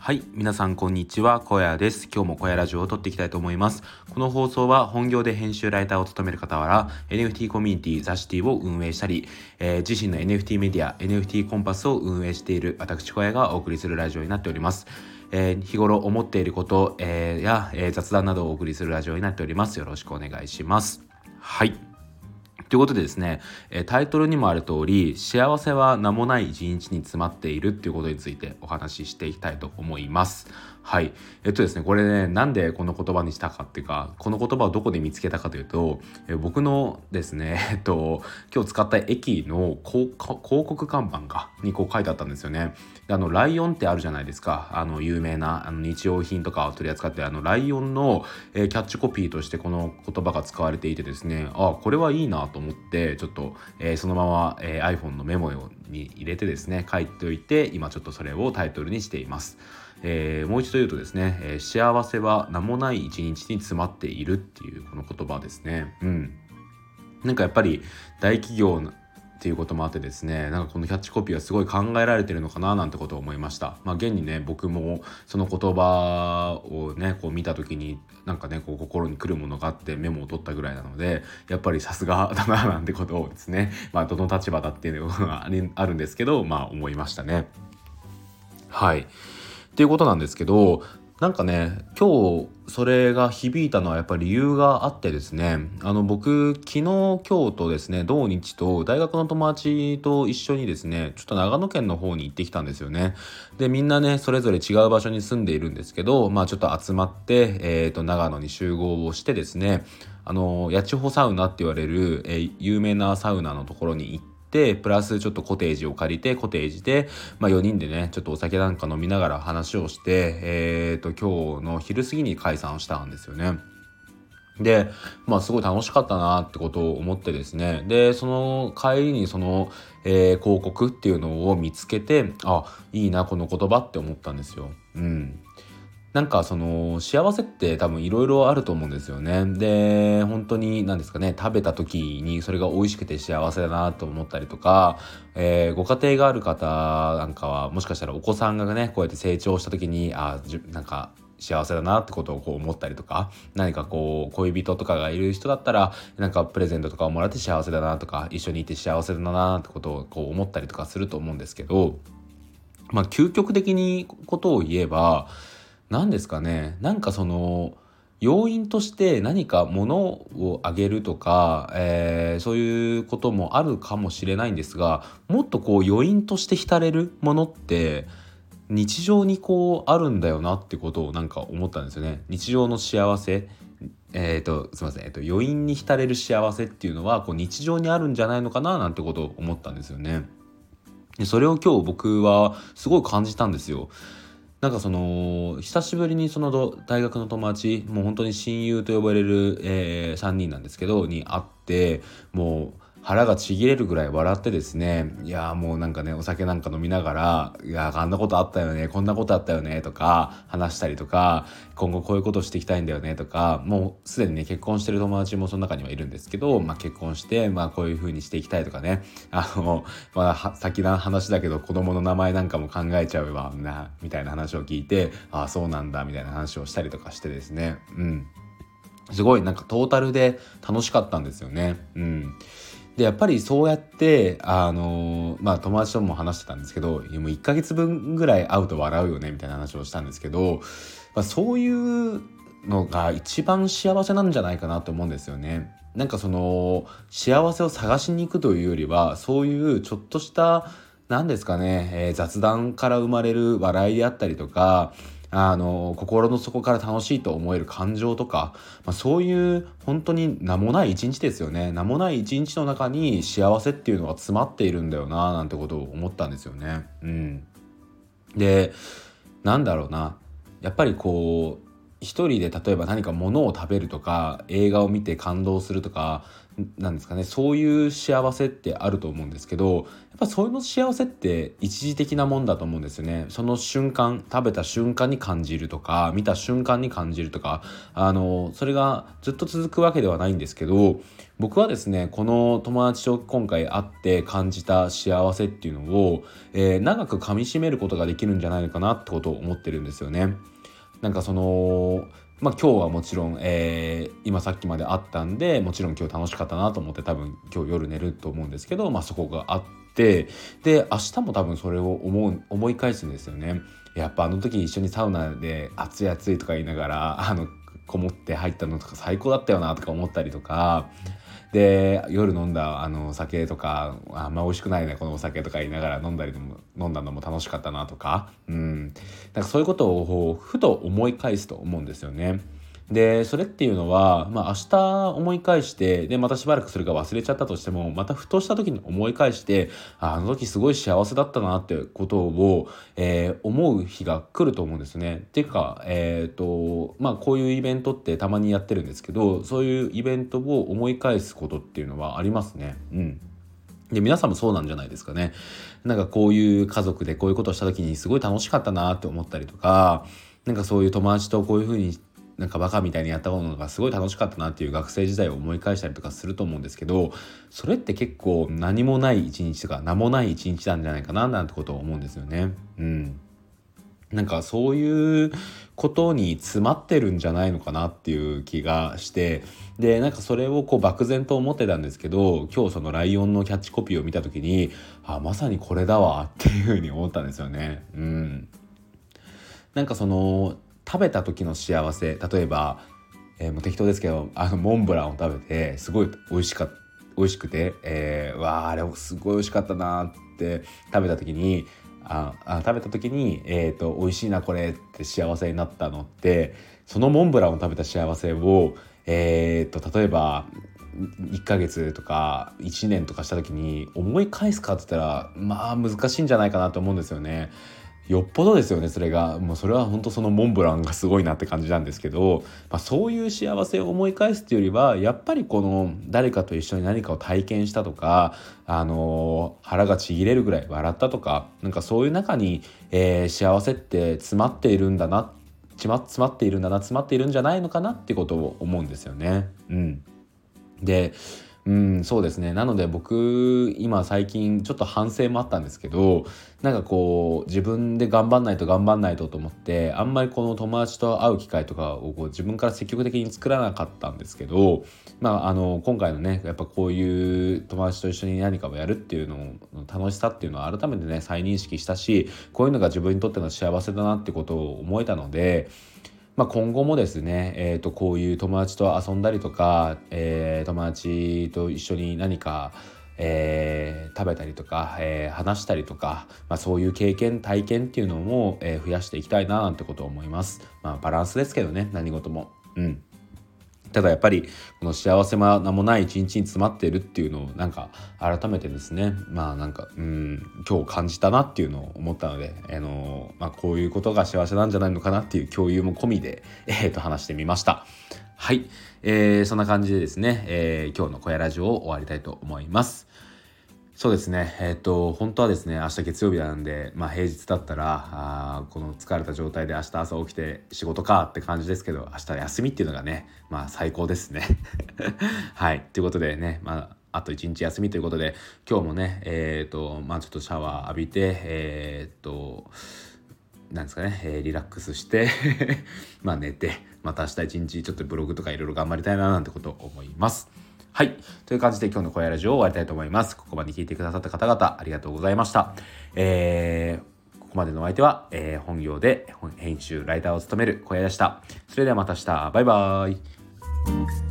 はい、皆さんこんにちは、小屋です。今日も小屋ラジオを撮っていきたいと思います。この放送は本業で編集ライターを務める傍ら NFT コミュニティザシティを運営したり、自身の NFT メディア NFT コンパスを運営している私小屋がお送りするラジオになっております。日頃思っていること、雑談などをお送りするラジオになっております。よろしくお願いします。はい。ということでですね、タイトルにもある通り、幸せは名もない一日に詰まっているっていうことについてお話ししていきたいと思います。はい。ですね、これね、なんでこの言葉にしたかっていうか、この言葉をどこで見つけたかというと、僕のですね、今日使った駅の広告看板にこう書いてあったんですよね。でライオンってあるじゃないですか。有名な日用品とかを取り扱ってライオンの、キャッチコピーとしてこの言葉が使われていてですね、これはいいなと思ってちょっと、そのまま、iPhone のメモに入れてですね書いておいて、今ちょっとそれをタイトルにしています。もう一度言うとですね、幸せは名もない一日に詰まっているっていうこの言葉ですね。なんかやっぱり大企業っていうこともあってですね、なんかこのキャッチコピーはすごい考えられてるのかななんてことを思いました。現にね、僕もその言葉をねこう見た時になんかねこう心に来るものがあってメモを取ったぐらいなので、やっぱりさすがだななんてことをですね、どの立場だっていうのがあるんですけど、思いましたね。はい。っていうことなんですけど、なんかね、今日それが響いたのはやっぱり理由があってですね、僕昨日今日とですね、土日と大学の友達と一緒にですね、ちょっと長野県の方に行ってきたんですよね。で、みんなねそれぞれ違う場所に住んでいるんですけど、ちょっと集まって、長野に集合をしてですね、八千穂サウナって言われる、有名なサウナのところに行って、プラスちょっとコテージを借りて、コテージで、4人でねちょっとお酒なんか飲みながら話をして、今日の昼過ぎに解散したんですよね。で、すごい楽しかったなってことを思ってですね、でその帰りにその、広告っていうのを見つけて、いいなこの言葉って思ったんですよ。なんかその幸せって多分いろいろあると思うんですよね。で、本当に何ですかね、食べた時にそれが美味しくて幸せだなと思ったりとか、ご家庭がある方なんかはもしかしたらお子さんがねこうやって成長した時になんか幸せだなってことをこう思ったりとか、何かこう恋人とかがいる人だったらなんかプレゼントとかをもらって幸せだなとか、一緒にいて幸せだなってことをこう思ったりとかすると思うんですけど、究極的にことを言えば何ですかね、なんかその要因として何か物をあげるとか、そういうこともあるかもしれないんですが、もっとこう余韻として浸れるものって日常にこうあるんだよなってことをなんか思ったんですよね。日常の幸せ、すいません、余韻に浸れる幸せっていうのはこう日常にあるんじゃないのかななんてことを思ったんですよね。でそれを今日僕はすごい感じたんですよ。なんかその久しぶりにその大学の友達、もう本当に親友と呼ばれる、3人なんですけどに会って、もう腹がちぎれるぐらい笑ってですね、いやもうなんかねお酒なんか飲みながら、いやあんなことあったよね、こんなことあったよねとか話したりとか、今後こういうことしていきたいんだよねとか、もうすでにね結婚してる友達もその中にはいるんですけど、結婚してこういう風にしていきたいとかね、先の話だけど子供の名前なんかも考えちゃうわなみたいな話を聞いて、そうなんだみたいな話をしたりとかしてですね、すごいなんかトータルで楽しかったんですよね。でやっぱりそうやって友達とも話してたんですけど、いやもう1ヶ月分ぐらい会うと笑うよねみたいな話をしたんですけど、そういうのが一番幸せなんじゃないかなと思うんですよね。なんかその幸せを探しに行くというよりは、そういうちょっとした何ですかね、雑談から生まれる笑いであったりとか、心の底から楽しいと思える感情とか、そういう本当に名もない一日ですよね。名もない一日の中に幸せっていうのが詰まっているんだよななんてことを思ったんですよね。で、なんだろうな、やっぱりこう一人で例えば何か物を食べるとか映画を見て感動するとか、 なんですかね、そういう幸せってあると思うんですけど、やっぱそういうの幸せって一時的なもんだと思うんですよね。その瞬間、食べた瞬間に感じるとか、見た瞬間に感じるとか、それがずっと続くわけではないんですけど、僕はですね、この友達と今回会って感じた幸せっていうのを、長く噛み締めることができるんじゃないのかなってことを思ってるんですよね。なんか今日はもちろん、今さっきまであったんで、もちろん今日楽しかったなと思って多分今日夜寝ると思うんですけど、そこがあって、で明日も多分それを思い返すんですよね。やっぱあの時一緒にサウナで暑い暑いとか言いながらこもって入ったのとか最高だったよなとか思ったりとか、で夜飲んだ酒とかあんま美味しくないねこのお酒とか言いながら飲んだのも楽しかったなとか、なんかそういうことをふと思い返すと思うんですよね。でそれっていうのは、明日思い返してでまたしばらくそれが忘れちゃったとしても、またふとした時に思い返してあの時すごい幸せだったなってことを、思う日が来ると思うんですね。っていうか、こういうイベントってたまにやってるんですけど、そういうイベントを思い返すことっていうのはありますね。で皆さんもそうなんじゃないですかね。なんかこういう家族でこういうことをした時にすごい楽しかったなって思ったりとか、なんかそういう友達とこういう風になんかバカみたいにやったことがすごい楽しかったなっていう学生時代を思い返したりとかすると思うんですけど、それって結構何もない一日とか名もない一日なんじゃないかななんてことを思うんですよね。なんかそういうことに詰まってるんじゃないのかなっていう気がして、でなんかそれをこう漠然と思ってたんですけど、今日そのライオンのキャッチコピーを見た時にまさにこれだわっていうふうに思ったんですよね。なんか食べた時の幸せ、例えば、もう適当ですけどモンブランを食べてすごい美味しくて、わああれすごい美味しかったなって食べた時に美味しいなこれって幸せになったのって、そのモンブランを食べた幸せを例えば1ヶ月とか1年とかした時に思い返すかって言ったら難しいんじゃないかなと思うんですよね。よっぽどですよね。それがもうそれは本当そのモンブランがすごいなって感じなんですけど、そういう幸せを思い返すっていうよりはやっぱりこの誰かと一緒に何かを体験したとか、腹がちぎれるぐらい笑ったとか、なんかそういう中に、幸せって詰まっているんだな詰まっているんだな詰まっているんじゃないのかなってことを思うんですよね。でそうですね。なので僕今最近ちょっと反省もあったんですけど、なんかこう自分で頑張んないとと思ってあんまりこの友達と会う機会とかを自分から積極的に作らなかったんですけど、今回のねやっぱこういう友達と一緒に何かをやるっていうのの楽しさっていうのを改めてね再認識したし、こういうのが自分にとっての幸せだなってことを思えたので、今後もですね、こういう友達と遊んだりとか、友達と一緒に何か、食べたりとか、話したりとか、そういう経験体験っていうのも、増やしていきたいななんてことを思います。バランスですけどね、何事も。ただやっぱりこの幸せなもない一日に詰まっているっていうのをなんか改めてですね、今日感じたなっていうのを思ったので、こういうことが幸せなんじゃないのかなっていう共有も込みで、話してみました。はい、そんな感じでですね、今日の小屋ラジオを終わりたいと思います。そうですね。本当はですね、明日月曜日なんで、平日だったら、この疲れた状態で明日朝起きて仕事かって感じですけど、明日休みっていうのがね、最高ですね。はい。ということでね、あと1日休みということで、今日もね、ちょっとシャワー浴びて、なんですかね、リラックスして寝て、また明日一日ちょっとブログとかいろいろ頑張りたいななんてことを思います。はい。という感じで今日の小屋ラジオを終わりたいと思います。ここまで聞いてくださった方々ありがとうございました。ここまでのお相手は、本業で編集ライターを務める小屋でした。それではまた明日。バイバーイ。